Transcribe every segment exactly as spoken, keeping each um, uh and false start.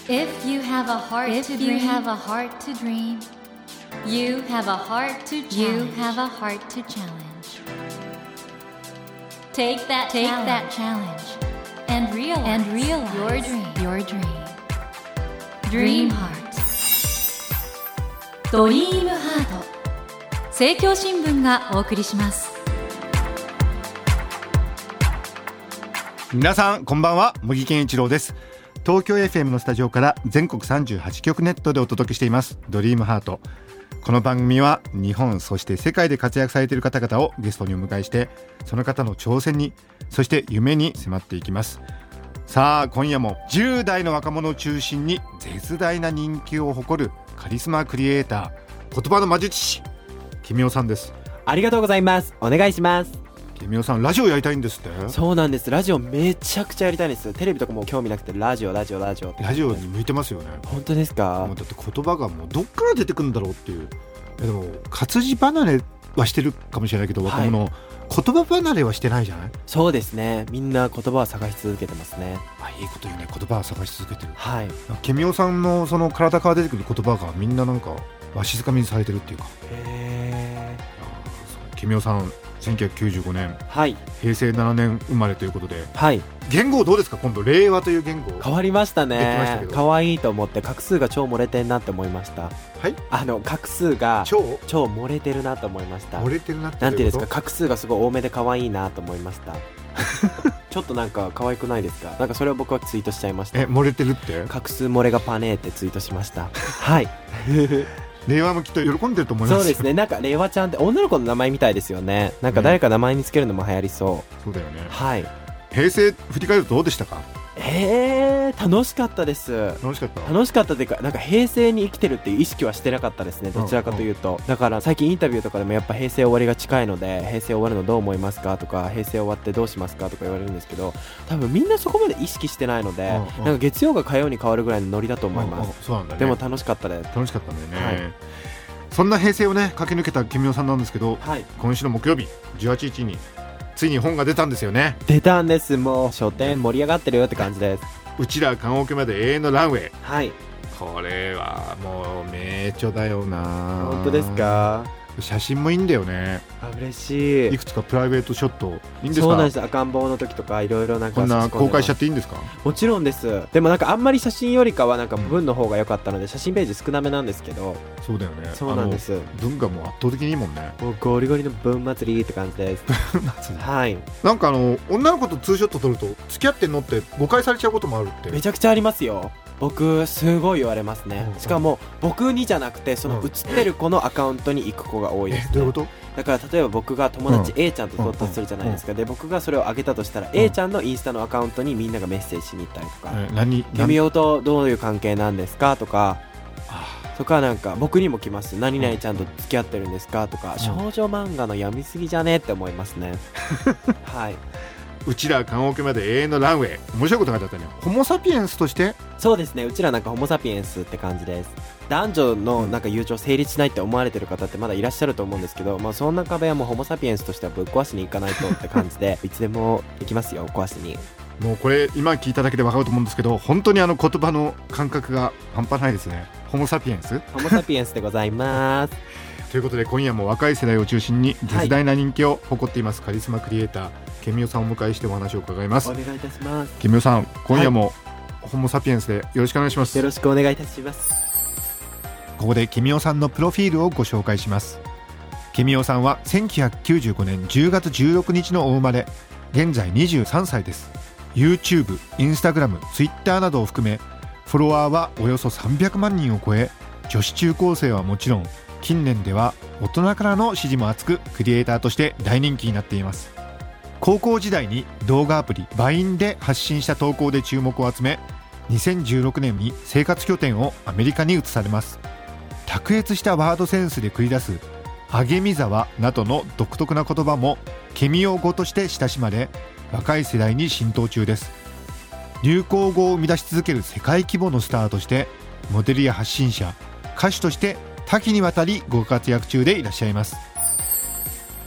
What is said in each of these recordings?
If you have a heart to dream, you have a heart to dream. You have a heart to challenge. You have a heart to challenge. Take that take challenge. that challenge and realize, and realize your dream. Your dream. Dream Heart. ドリームハート。政教新聞がお送りします。 皆さんこんばんは、茂木健一郎です。東京 エフエム のスタジオから全国さんじゅうはちきょくネットでお届けしていますドリームハート。この番組は日本そして世界で活躍されている方々をゲストにお迎えして、その方の挑戦にそして夢に迫っていきます。さあ今夜もじゅう代の若者を中心に絶大な人気を誇るカリスマクリエイター、言葉の魔術師ケミオさんです。 ありがとうございます。お願いします。 ケミオさんラジオやりたいんですって。 そうなんです。ラジオめちゃくちゃやりたいんです。テレビとかも興味なくてラジオラジオラジオってラジオに向いてますよね。 本当ですか。 もうだって言葉がもうどっから出てくるんだろうっていう。でも活字離れはしてるかもしれないけど、若者、はい、言葉離れはしてないじゃない。 そうですね。みんな言葉を探し続けてますね。 あ、いいこと言うね。言葉を探し続けてる。 はい。 ケミオさんのその体から出てくる言葉がみんななんかわしづかみにされてるっていうか。 へー。ケミオさんせんきゅうひゃくきゅうじゅうごねん、 はい、 へいせいななねん生まれということで、 はい、 言語どうですか。今度令和という言語変わりましたね。可愛いと思って画数が超漏れてんなって思いました。 はい、あの画数が超超漏れてるなと思いました。 漏れてるなってなんていうんですか、画数がすごい多めで可愛いなと思いましたちょっとなんか可愛くないですか。なんかそれを僕はツイートしちゃいました。 え、漏れてるって。 画数漏れがパネーってツイートしましたはい令和もきっと喜んでると思います。 そうですね。なんか令和ちゃんって女の子の名前みたいですよね。なんか誰か名前につけるのも流行りそう、 うん、そうだよね。 はい。 平成振り返るとどうでしたか。 えー、楽しかったです。 楽しかった楽しかったというか、なんか平成に生きてるっていう意識はしてなかったですね、どちらかというと、うんうん、だから最近インタビューとかでもやっぱ平成終わりが近いので、平成終わるのどう思いますかとか、平成終わってどうしますかとか言われるんですけど、多分みんなそこまで意識してないので、うんうん、なんか月曜が火曜に変わるぐらいのノリだと思います、うんうん、 そうなんだね。 でも楽しかったです。 楽しかったんだよね、 はい。 そんな平成をね駆け抜けたケミオさんなんですけど、 はい、 今週の木曜日じゅうはちにちについに本が出たんですよね。 出たんです。もう書店盛り上がってるよって感じです。 うちら棺桶まで永遠のランウェイ。 はい。 これはもう名著だよな。 本当ですか。 写真もいいんだよね。 あ、嬉しい。 いくつかプライベートショットいいんですか。 そうなんです。赤ん坊の時とかいろいろなんかこんな公開しちゃっていいんですか。 もちろんです。でもなんかあんまり写真よりかはなんか文の方が良かったので、写真ページ少なめなんですけど。 そうだよね。 そうなんです。 文がもう圧倒的にいいもんね。 もうゴリゴリの文祭りって感じです文祭り。 はい。 なんかあの女の子とツーショット撮ると付き合ってんのって誤解されちゃうこともあるって。 めちゃくちゃありますよ。僕すごい言われますね、うんうん、しかも僕にじゃなくてその写ってる子のアカウントに行く子が多いです、ね、 えどういうこと。 だから例えば僕が友達 A ちゃんと撮ったとするじゃないですか、うんうん、で僕がそれを上げたとしたら、うん、A ちゃんのインスタのアカウントにみんながメッセージしに行ったりとか、 え何ケミオとどういう関係なんですかとか、とかなんか僕にも来ます。何々ちゃんと付き合ってるんですかとか、うん、少女漫画の読みすぎじゃねって思いますねはい。 うちら棺桶まで永遠のランウェイ。面白いことがあったね。ホモサピエンスとして。 そうですね。うちらなんかホモサピエンスって感じです。男女のなんか友情成立しないって思われてる方ってまだいらっしゃると思うんですけど、まあそんな壁はもうホモサピエンスとしてはぶっ壊しに行かないとって感じでいつでも行きますよ、壊しに。もうこれ今聞いただけで分かると思うんですけど、本当にあの言葉の感覚が半端ないですね。ホモサピエンスホモサピエンスでございますということで今夜も若い世代を中心に絶大な人気を誇っています、はい、カリスマクリエイターケミオさんをお迎えしてお話を伺います。 お願いいたします。 ケミオさん、今夜もホモサピエンスでよろしくお願いします。 よろしくお願いいたします。 ここでケミオさんのプロフィールをご紹介します。ケミオさんはせんきゅうひゃくきゅうじゅうごねんじゅうがつじゅうろくにちのお生まれ、現在にじゅうさんさいです。 YouTube、Instagram、Twitter などを含めフォロワーはおよそさんびゃくまんにんを超え、女子中高生はもちろん近年では大人からの支持も厚く、クリエイターとして大人気になっています。高校時代に動画アプリ バイン で発信した投稿で注目を集め、にせんじゅうろくねんに生活拠点をアメリカに移されます。卓越したワードセンスで繰り出すあげみざわなどの独特な言葉もケミオ語として親しまれ、若い世代に浸透中です。流行語を生み出し続ける世界規模のスターとして、モデルや発信者、歌手として多岐にわたりご活躍中でいらっしゃいます。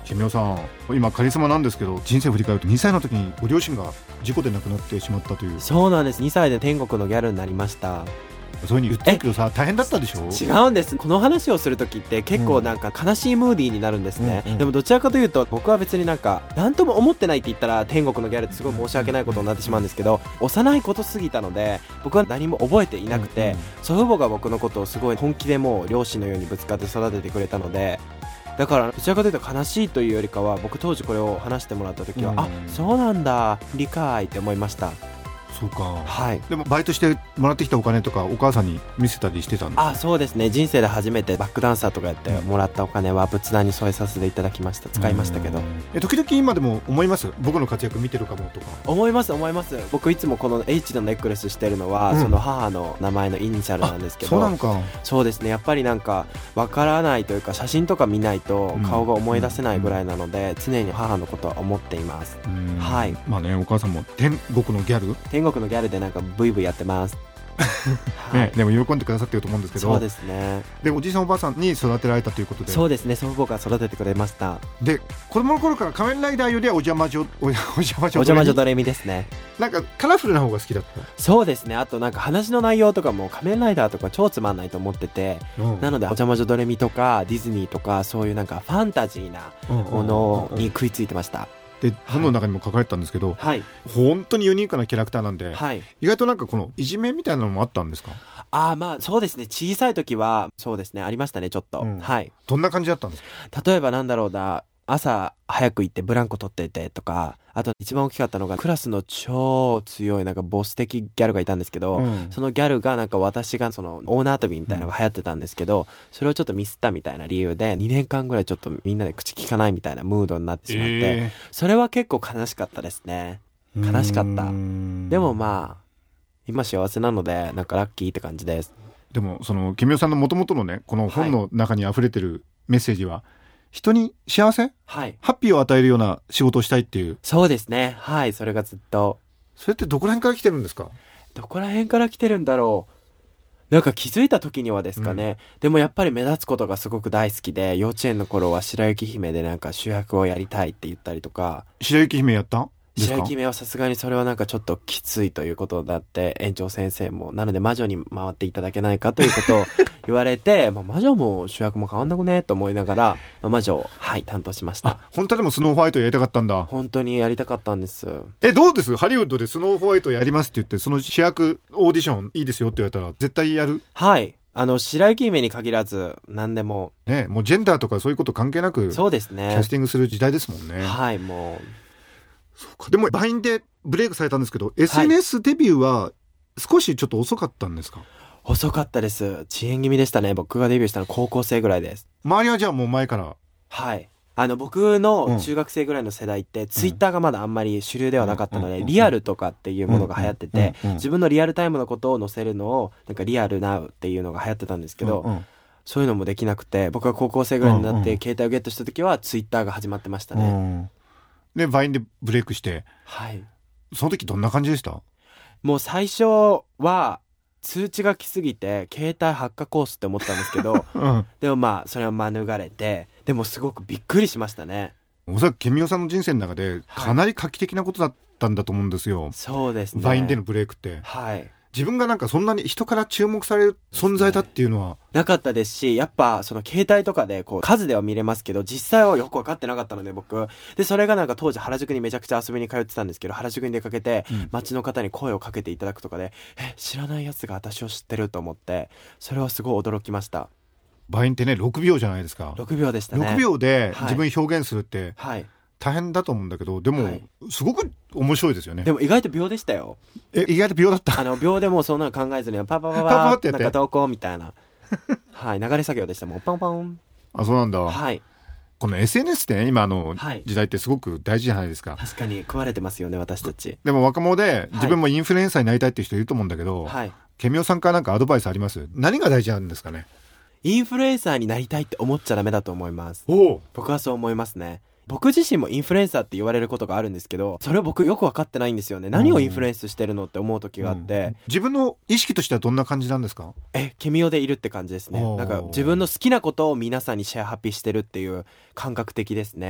ケミオさん、今カリスマなんですけど、人生振り返るとにさいの時にご両親が事故で亡くなってしまったという。 そうなんです。にさいで天国のギャルになりました。 そういう風に言ってるけどさ、大変だったでしょ。 違うんです。この話をするときって結構なんか悲しいムーディーになるんですね、うんうん、でもどちらかというと僕は別になんか何とも思ってないって言ったら天国のギャルってすごい申し訳ないことになってしまうんですけど、幼いことすぎたので僕は何も覚えていなくて、うんうん、祖父母が僕のことをすごい本気でもう両親のようにぶつかって育ててくれたので、だからどちらかというと悲しいというよりかは、僕当時これを話してもらった時は、うん、あ、そうなんだ、理解って思いました。 そうか、 はい、 でもバイトしてもらってきたお金とかお母さんに見せたりしてたんですか？ あ、そうですね。人生で初めてバックダンサーとかやってもらったお金は仏壇に添えさせていただきました。使いましたけど、 え時々今でも思います？僕の活躍見てるかもとか。 思います思います。僕いつもこの H のネックレスしてるのは、うん、その母の名前のイニシャルなんですけど。 そうなのか。 そうですね。やっぱりなんかわからないというか、写真とか見ないと顔が思い出せないぐらいなので、うん、常に母のことは思っています。はい。 まあね、お母さんも天国のギャル天国のギャルでなんかブイブイやってますはいね、でも喜んでくださってると思うんですけど。 そうですね。 でおじいさんおばあさんに育てられたということで。 そうですね。祖父母が育ててくれました。 で子供の頃から仮面ライダーよりはお邪魔女お邪魔女お邪魔女ドレミですね。 なんかカラフルな方が好きだった。 そうですね。あとなんか話の内容とかも仮面ライダーとか超つまんないと思ってて、うん、なのでお邪魔女ドレミとかディズニーとかそういうなんかファンタジーなものに食いついてました。 で本の中にも書かれてたんですけど、 はい、 本当にユニークなキャラクターなんで、はい、意外となんかこのいじめみたいなのもあったんですか？ あ、まあそうですね。小さい時はそうですね、ありましたね、ちょっと、うん、はい。 どんな感じだったんですか？ 例えばなんだろうな、朝早く行ってブランコ取っててとか、あと一番大きかったのがクラスの超強いなんかボス的ギャルがいたんですけど、うん、そのギャルがなんか私がそのオーナー跳びみたいなのが流行ってたんですけど、うん、それをちょっとミスったみたいな理由でにねんかんぐらいちょっとみんなで口聞かないみたいなムードになってしまって、えー、それは結構悲しかったですね。悲しかった。でもまあ今幸せなのでなんかラッキーって感じです。 でもそのケミオさんの元々のね、この本の中に溢れてるメッセージは、はい、人に幸せ、はい、ハッピーを与えるような仕事をしたいっていう。 そうですね。はい、それがずっと。 それってどこら辺から来てるんですか？ どこら辺から来てるんだろう。なんか気づいた時にはですかね、うん、でもやっぱり目立つことがすごく大好きで、幼稚園の頃は白雪姫でなんか主役をやりたいって言ったりとか。 白雪姫やった？ 白雪姫はさすがにそれはなんかちょっときついということだって園長先生も、なので魔女に回っていただけないかということを言われてまあ魔女も主役も変わんなくねと思いながら、まあ、魔女をはい担当しました。 あ、本当でもスノーホワイトやりたかったんだ。 本当にやりたかったんです。 え、どうです？ハリウッドでスノーホワイトやりますって言って、その主役オーディションいいですよって言われたら絶対やる？はい、 あの白雪姫に限らず何でもね、もうジェンダーとかそういうこと関係なく、 そうですね、 キャスティングする時代ですもんね。 はい、もうそうか。でもバインでブレイクされたんですけど、はい、エスエヌエス デビューは少しちょっと遅かったんですか？ 遅かったです。遅延気味でしたね。僕がデビューしたの高校生ぐらいです。 周りはじゃあもう前から？ はい、あの僕の中学生ぐらいの世代って、うん、ツイッターがまだあんまり主流ではなかったので、うん、リアルとかっていうものが流行ってて、うん、自分のリアルタイムのことを載せるのをなんかリアルナウっていうのが流行ってたんですけど、うんうん、そういうのもできなくて、僕が高校生ぐらいになって、うんうん、携帯をゲットした時はツイッターが始まってましたね。うん、 でバインでブレイクして、 はい、 その時どんな感じでした？ もう最初は通知が来すぎて携帯発火コースって思ったんですけど、うん、でもまあそれは免れて、でもすごくびっくりしましたね。 おそらくケミオさんの人生の中でかなり画期的なことだったんだと思うんですよ、はい、 そうですね。 バインでのブレイクって、 はい、 自分がなんかそんなに人から注目される存在だっていうのはなかったですし、やっぱその携帯とかでこう数では見れますけど実際はよく分かってなかったので、僕でそれがなんか当時原宿にめちゃくちゃ遊びに通ってたんですけど、原宿に出かけて街の方に声をかけていただくとかで、うん、え知らないやつが私を知ってると思って、それはすごい驚きました。 バインってねろくびょうじゃないですか。 ろくびょうでしたね。 ろくびょうで自分表現するって、はい、大変だと思うんだけど、でも、はい、すごく面白いですよね。 でも意外と秒でしたよ。 え、意外と秒だった？ あの秒でもうそんなの考えずにパパパパパパってなんか投稿みたいなはい流れ作業でした。もうパンパン。 あ、そうなんだ。 はい。 この エスエヌエス ってね、今の時代ってすごく大事じゃないですか。 確かに食われてますよね、私たち。 でも若者で自分もインフルエンサーになりたいっていう人いると思うんだけど、はい、ケミオさんからなんかアドバイスあります？何が大事なんですかね？ インフルエンサーになりたいって思っちゃダメだと思います。 お僕はそう思いますね。僕自身もインフルエンサーって言われることがあるんですけど、それを僕よく分かってないんですよね。何をインフルエンスしてるのって思う時があって、うん、 自分の意識としてはどんな感じなんですか？ え、ケミオでいるって感じですね。なんか自分の好きなことを皆さんにシェアハッピーしてるっていう感覚的ですね。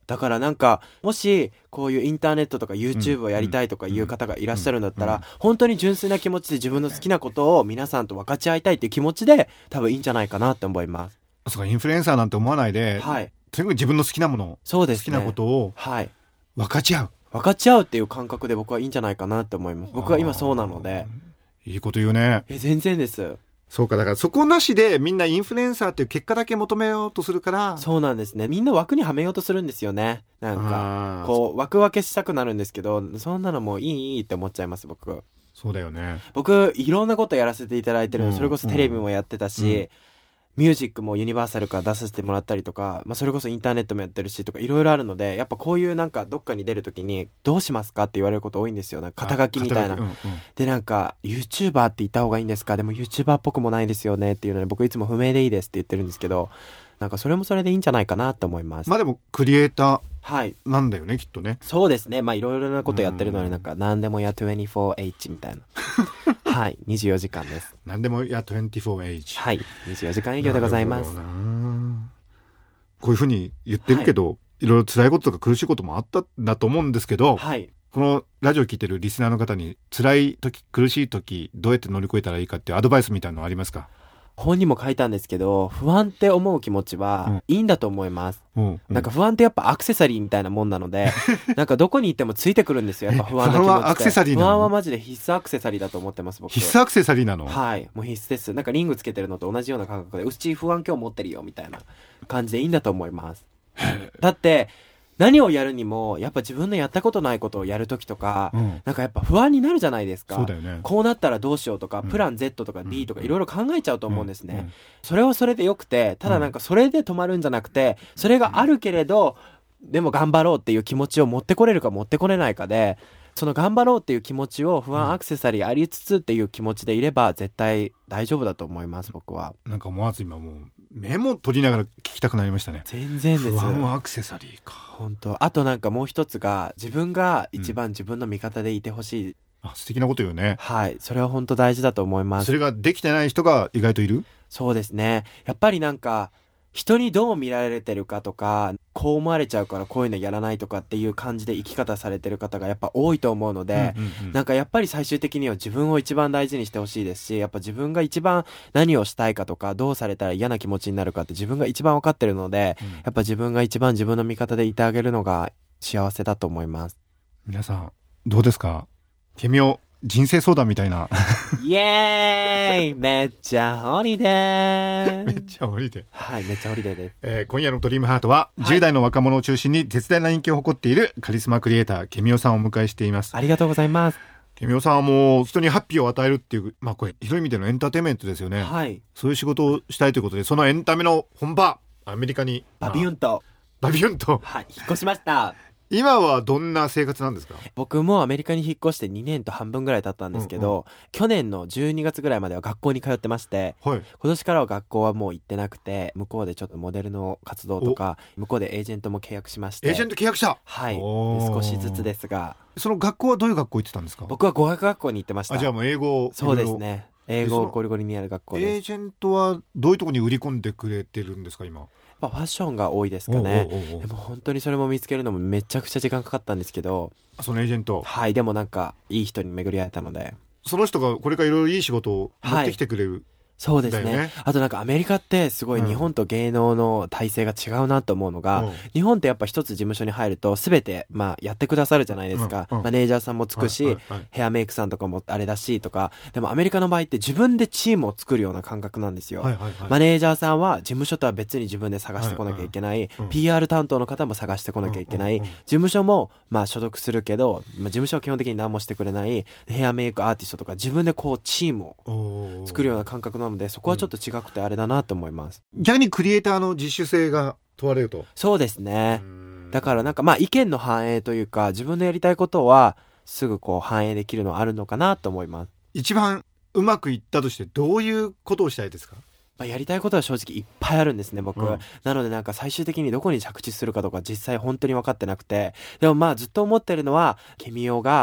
だからなんかもしこういうインターネットとか YouTube をやりたいとかいう方がいらっしゃるんだったら、本当に純粋な気持ちで自分の好きなことを皆さんと分かち合いたいっていう気持ちで多分いいんじゃないかなって思います。 そうか、インフルエンサーなんて思わないで、 はい、 とにかく自分の好きなもの、 そうですね、 好きなことを分かち合う、はい分かち合うっていう感覚で僕はいいんじゃないかなって思います。僕は今そうなので。 いいこと言うね。 え全然です。 そうか、だからそこなしでみんなインフルエンサーっていう結果だけ求めようとするから。 そうなんですね。みんな枠にはめようとするんですよね。なんかこう枠分けしたくなるんですけど、そんなのもういいいいって思っちゃいます僕。 そうだよね。 僕いろんなことやらせていただいてるの、うん、それこそテレビもやってたし、うんミュージックもユニバーサルから出させてもらったりとか、まあ、それこそインターネットもやってるしとかいろいろあるので、やっぱこういうなんかどっかに出るときにどうしますかって言われること多いんですよ。なんか肩書きみたいな、うんうん、でなんか YouTuber って言った方がいいんですか、でも YouTuber っぽくもないですよねっていうので僕いつも不明でいいですって言ってるんですけど、なんかそれもそれでいいんじゃないかなと思います。 まあでもクリエイタはい、 ーなんだよね、きっとね。 そうですね。まあいろいろなことやってるので、なんか何でもや にじゅうよんエイチ みたいなはいにじゅうよじかんです。 何でもや にじゅうよんエイチ、 はいにじゅうよじかん営業でございます。 こういうふうに言ってるけど、はい、いろいろ辛いこととか苦しいこともあったんだと思うんですけど、 はい、 このラジオ聞いてるリスナーの方に辛い時苦しい時どうやって乗り越えたらいいかっていうアドバイスみたいなのありますか？ 本にも書いたんですけど、不安って思う気持ちはいいんだと思います、 うんうん、 なんか不安ってやっぱアクセサリーみたいなもんなのでなんかどこに行ってもついてくるんですよ。やっぱ不安な気持ちって。不安はアクセサリーなの？不安はマジで必須アクセサリーだと思ってます僕。 必須アクセサリーなの？ はい、もう必須です。なんかリングつけてるのと同じような感覚で、うち不安今日持ってるよみたいな感じでいいんだと思いますだって何をやるにもやっぱ自分のやったことないことをやるときとか、うん、なんかやっぱ不安になるじゃないですか。 そうだよね。 こうなったらどうしようとか、うん、プラン Z とか D とかいろいろ考えちゃうと思うんですね、 うんうん、 それはそれでよくて、ただなんかそれで止まるんじゃなくて、それがあるけれどでも頑張ろうっていう気持ちを持ってこれるか持ってこれないかで、その頑張ろうっていう気持ちを不安アクセサリーありつつっていう気持ちでいれば絶対大丈夫だと思います僕は。 なんか思わず今もうメモ取りながら聞きたくなりましたね。 全然です。 不安アクセサリーか。 本当。あとなんかもう一つが、自分が一番自分の味方でいてほしい、うん、 あ、素敵なこと言うね。 はい、それは本当大事だと思います。 それができてない人が意外といる。 そうですね。やっぱりなんか人にどう見られてるかとか、こう思われちゃうからこういうのやらないとかっていう感じで生き方されてる方がやっぱ多いと思うので、うんうんうん、なんかやっぱり最終的には自分を一番大事にしてほしいですし、やっぱ自分が一番何をしたいかとか、どうされたら嫌な気持ちになるかって自分が一番分かってるので、うん、やっぱ自分が一番自分の味方でいてあげるのが幸せだと思います。 皆さんどうですか？ケミオ人生相談みたいなイエーイめっちゃホリデーめっちゃホリデーはい、めっちゃホリデーです、 えー、今夜のドリームハートは、はい、じゅう代の若者を中心に絶大な人気を誇っているカリスマクリエイターケミオさんをお迎えしています。 ありがとうございます。 ケミオさんはもう人にハッピーを与えるっていう、まあこれ広い意味でのエンターテインメントですよね。 はい、 そういう仕事をしたいということで、そのエンタメの本場アメリカにバビュンとバビュンと、 はい、引っ越しました。 今はどんな生活なんですか？ 僕もアメリカに引っ越してにねんと半分ぐらい経ったんですけど、うんうん、去年のじゅうにがつぐらいまでは学校に通ってまして、はい、今年からは学校はもう行ってなくて、向こうでちょっとモデルの活動とか、向こうでエージェントも契約しまして。 エージェント契約した？ はい、少しずつですが。 その学校はどういう学校行ってたんですか？ 僕は語学学校に行ってました。 あ、じゃあもう英語。 そうですね、英語ゴリゴリにやる学校です。 エージェントはどういうところに売り込んでくれてるんですか今？ ファッションが多いですかね。 おうおうおうおう。 でも本当にそれも見つけるのもめちゃくちゃ時間かかったんですけど、 そのエージェント、 はい、でもなんかいい人に巡り会えたので、 その人がこれからいろいろいい仕事を持ってきてくれる、はい、 そうですね。あとなんかアメリカってすごい日本と芸能の体制が違うなと思うのが、うん、日本ってやっぱ一つ事務所に入ると全てまあやってくださるじゃないですか、うんうん、マネージャーさんもつくし、はいはいはい、ヘアメイクさんとかもあれだしとか。でもアメリカの場合って自分でチームを作るような感覚なんですよ、はいはいはい、マネージャーさんは事務所とは別に自分で探してこなきゃいけない、はいはい、ピーアール 担当の方も探してこなきゃいけない、うんうんうん、事務所もまあ所属するけど、まあ、事務所は基本的に何もしてくれない、ヘアメイクアーティストとか自分でこうチームを作るような感覚なので、そこはちょっと違くてあれだなと思います。 逆にクリエイターの自主性が問われると。 そうですね。だからなんかまあ意見の反映というか、自分のやりたいことはすぐこう反映できるのはあるのかなと思います。 一番うまくいったとしてどういうことをしたいですか？ まあ、やりたいことは正直いっぱいあるんですね僕、うん、なのでなんか最終的にどこに着地するかとか実際本当に分かってなくて、でもまあずっと思ってるのはケミオが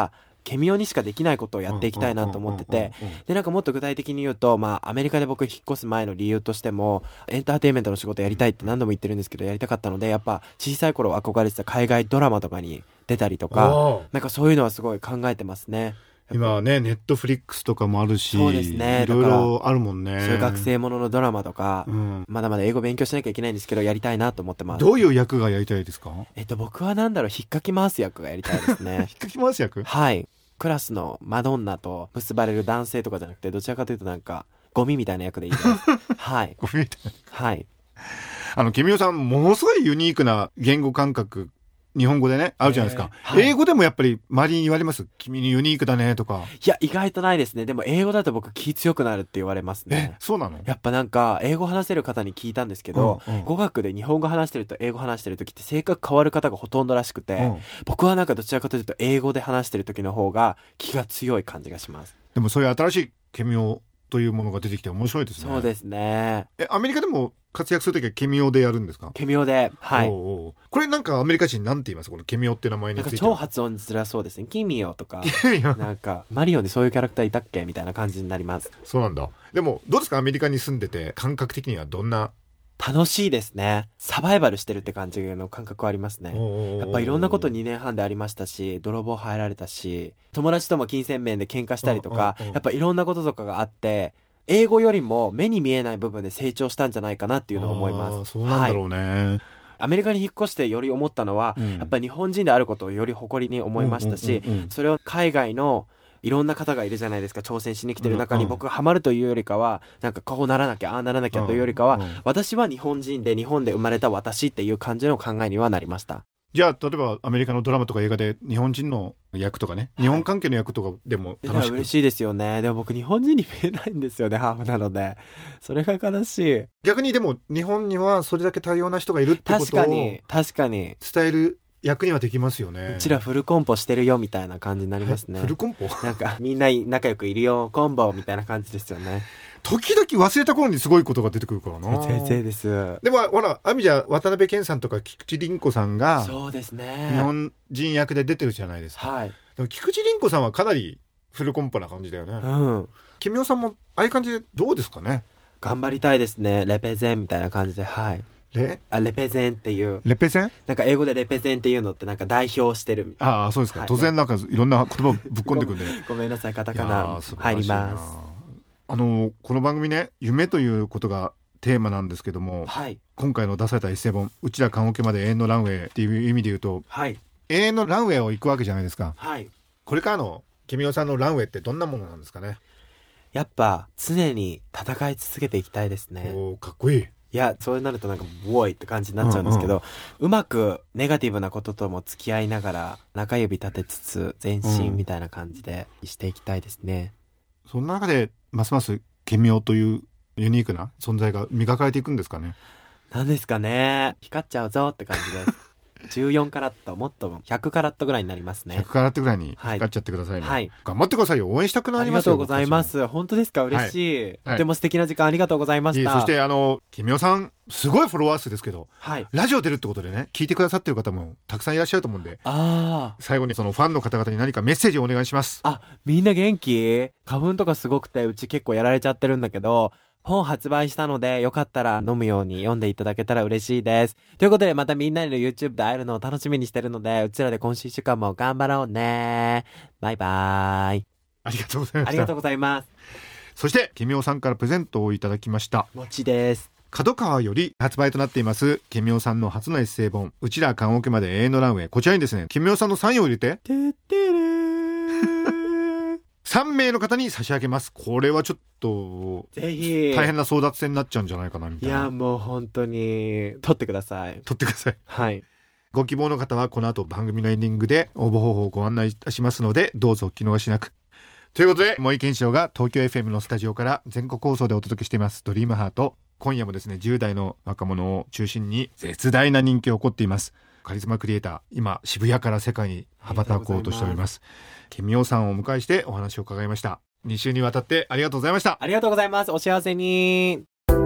ケミオにしかできないことをやっていきたいなと思ってて、でなんかもっと具体的に言うと、まあアメリカで僕引っ越す前の理由としてもエンターテインメントの仕事やりたいって何度も言ってるんですけど、やりたかったので、やっぱ小さい頃憧れてた海外ドラマとかに出たりとか、なんかそういうのはすごい考えてますね。 今はねネットフリックスとかもあるし、 そうですね、 いろいろあるもんね。 そういう学生もののドラマとか、 うん、 まだまだ英語勉強しなきゃいけないんですけどやりたいなと思ってます。 どういう役がやりたいですか？ えっと僕はなんだろう、引っかき回す役がやりたいですね。 引っかき回す役？ はい。クラスのマドンナと結ばれる男性とかじゃなくて、どちらかというとなんかゴミみたいな役でいいです。はい。 ゴミみたいな。 はい。 あのケミオさんものすごいユニークな言語感覚、日本語でねあるじゃないですか、えーはい、英語でもやっぱり周りに言われます？君にユニークだねとか。 いや意外とないですね。でも英語だと僕気強くなるって言われますね。 えそうなの？ やっぱなんか英語話せる方に聞いたんですけど、うんうん、語学で日本語話してると英語話してる時って性格変わる方がほとんどらしくて、うん、僕はなんかどちらかというと英語で話してる時の方が気が強い感じがします。 でもそういう新しいケミオというものが出てきて面白いですね。 そうですね。 えアメリカでも活躍するときはケミオでやるんですか？ケミオで、はい。おうおうこれなんかアメリカ人なんて言います？このケミオって名前について。 なんか超発音づらそうですね。キミオとかなんかマリオにそういうキャラクターいたっけみたいな感じになります。 そうなんだ。でもどうですか、アメリカに住んでて感覚的にはどんな？ 楽しいですね。サバイバルしてるって感じの感覚はありますね。やっぱいろんなことにねんはんでありましたし、泥棒入られたし、友達とも金銭面で喧嘩したりとか、やっぱいろんなこととかがあって、英語よりも目に見えない部分で成長したんじゃないかなっていうのを思います。 そうなんだろうね、はい。 アメリカに引っ越してより思ったのは、うん、やっぱり日本人であることをより誇りに思いましたし、うんうんうんうん、それを海外のいろんな方がいるじゃないですか、挑戦しに来てる中に僕がハマるというよりかは、なんかこうならなきゃああならなきゃというよりかは、私は日本人で日本で生まれた私っていう感じの考えにはなりました。 じゃあ例えばアメリカのドラマとか映画で日本人の役とかね、日本関係の役とかでも楽しく、 嬉しいですよね。でも僕日本人に見えないんですよね、ハーフなので。それが悲しい。 逆にでも日本にはそれだけ多様な人がいるってことを確かに確かに伝える役にはできますよね。 うちらフルコンボしてるよみたいな感じになりますね。 フルコンボなんかみんな仲良くいるよコンボみたいな感じですよね。 時々忘れた頃にすごいことが出てくるからな。 先生です。 でもほらあみじゃ渡辺謙さんとか菊池凛子さんがそうですね、 日本人役で出てるじゃないですか、 はい、 でも菊池凛子さんはかなりフルコンポな感じだよね。うん。ケミオさんもああいう感じでどうですかね。 頑張りたいですね。レペゼンみたいな感じで、はい。 レあレペゼンっていうレペゼンなんか英語でレペゼンっていうのってなんか代表してる。 ああそうですか、はい、突然なんかいろんな言葉をぶっ込んでくるんでご, ごめんなさい、カタカナ入ります。 あのこの番組ね、夢ということがテーマなんですけども、 はい、 今回の出されたエッセイ本うちら棺桶まで永遠のランウェイっていう意味で言うと、 はい、 永遠のランウェイを行くわけじゃないですか、 はい、これからのケミオさんのランウェイってどんなものなんですかね。 やっぱ常に戦い続けていきたいですね。 おかっこいい。 いやそうなるとなんかボーイって感じになっちゃうんですけど、うんうん、うまくネガティブなこととも付き合いながら中指立てつつ前進みたいな感じでしていきたいですね、 うん、その中でますますケミオというユニークな存在が磨かれていくんですかね。 なんですかね、光っちゃうぞって感じですじゅうよんカラット、もっとひゃくカラットぐらいになりますね。 ひゃくカラットぐらいに光っちゃってくださいね、 はい、 頑張ってくださいよ。応援したくなりますよ。 ありがとうございます。本当ですか、嬉しい、はい、とても素敵な時間ありがとうございました。 そしてあのケミオさんすごいフォロワー数ですけど、 はい、 ラジオ出るってことでね聞いてくださってる方もたくさんいらっしゃると思うんで、 あ最後にそのファンの方々に何かメッセージをお願いします。 あ、みんな元気？花粉とかすごくてうち結構やられちゃってるんだけど、本発売したのでよかったら飲むように読んでいただけたら嬉しいです。ということでまたみんなの YouTube で会えるのを楽しみにしてるので、うちらで今週いっしゅうかんも頑張ろうね。バイバーイ。 ありがとうございました。 ありがとうございます。 そしてケミオさんからプレゼントをいただきました。 もちです。 角川より発売となっていますケミオさんの初のエッセイ本うちら棺桶まで永遠のランウェイ、こちらにですねケミオさんのサインを入れててってれさんめいの方に差し上げます。これはちょっとぜひ大変な争奪戦になっちゃうんじゃないかなみたいな。 いやもう本当に取ってください。 取ってください。 はい。 ご希望の方はこの後番組のエンディングで応募方法をご案内いたしますのでどうぞお聞き逃しなく。ということで森健志郎が東京 エフエム のスタジオから全国放送でお届けしていますドリームハート。今夜もですねじゅう代の若者を中心に絶大な人気を誇っていますカリスマクリエイター、今渋谷から世界に羽ばたこうとしておりますケミオさんをお迎えしてお話を伺いました。に週にわたってありがとうございました。 ありがとうございます。お幸せに。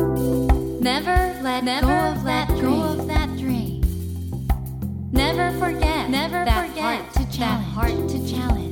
Never let go of that dream. Never forget that heart to challenge.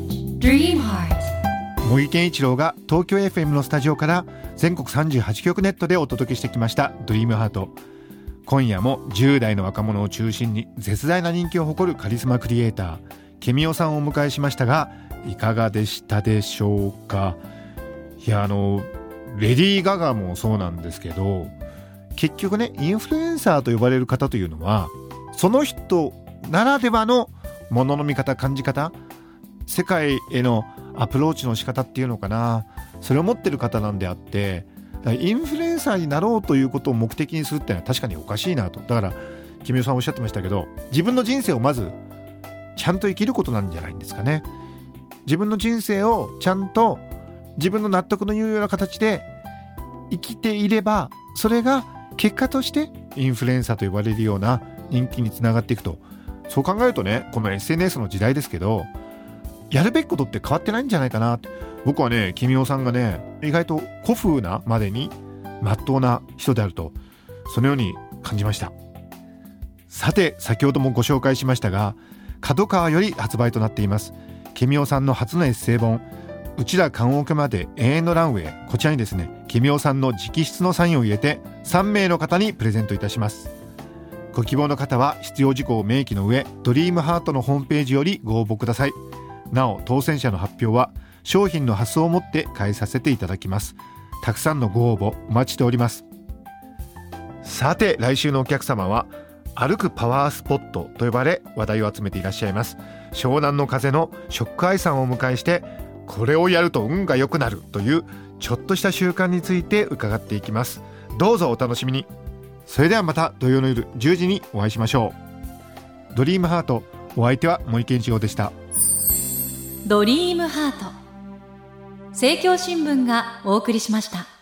Dream Heart。 茂木健一郎が東京 エフエム のスタジオから全国さんじゅうはちきょくネットでお届けしてきましたドリームハート。今夜もじゅう代の若者を中心に絶大な人気を誇るカリスマクリエイターケミオさんをお迎えしましたが、いかがでしたでしょうか。いや、あのレディー・ガガもそうなんですけど、結局ね、インフルエンサーと呼ばれる方というのはその人ならではのものの見方、感じ方、世界へのアプローチの仕方っていうのかな、それを持ってる方なんであって、だからインフルエンサーになろうということを目的にするってのは確かにおかしいなと。だからキミオさんおっしゃってましたけど、自分の人生をまずちゃんと生きることなんじゃないんですかね。自分の人生をちゃんと自分の納得の言うような形で生きていれば、それが結果としてインフルエンサーと呼ばれるような人気につながっていくと。そう考えるとね、この エスエヌエス の時代ですけど、やるべきことって変わってないんじゃないかな。僕はね、キミオさんがね、意外と古風なまでに真っ当な人であると、そのように感じました。さて、先ほどもご紹介しましたが、角川より発売となっていますキミオさんの初のエッセイ本、うちら棺桶まで永遠のランウェイ。こちらにですね、キミオさんの直筆のサインを入れてさんめいの方にプレゼントいたします。ご希望の方は必要事項を明記の上、ドリームハートのホームページよりご応募ください。なお、当選者の発表は商品の発送をもって返させていただきます。たくさんのご応募お待ちしております。さて、来週のお客様は歩くパワースポットと呼ばれ話題を集めていらっしゃいます湘南の風のショックアイさんをお迎えして、これをやると運が良くなるというちょっとした習慣について伺っていきます。どうぞお楽しみに。それではまた土曜の夜じゅうじにお会いしましょう。ドリームハート、お相手は森健一郎でした。 ドリームハート、政教新聞がお送りしました。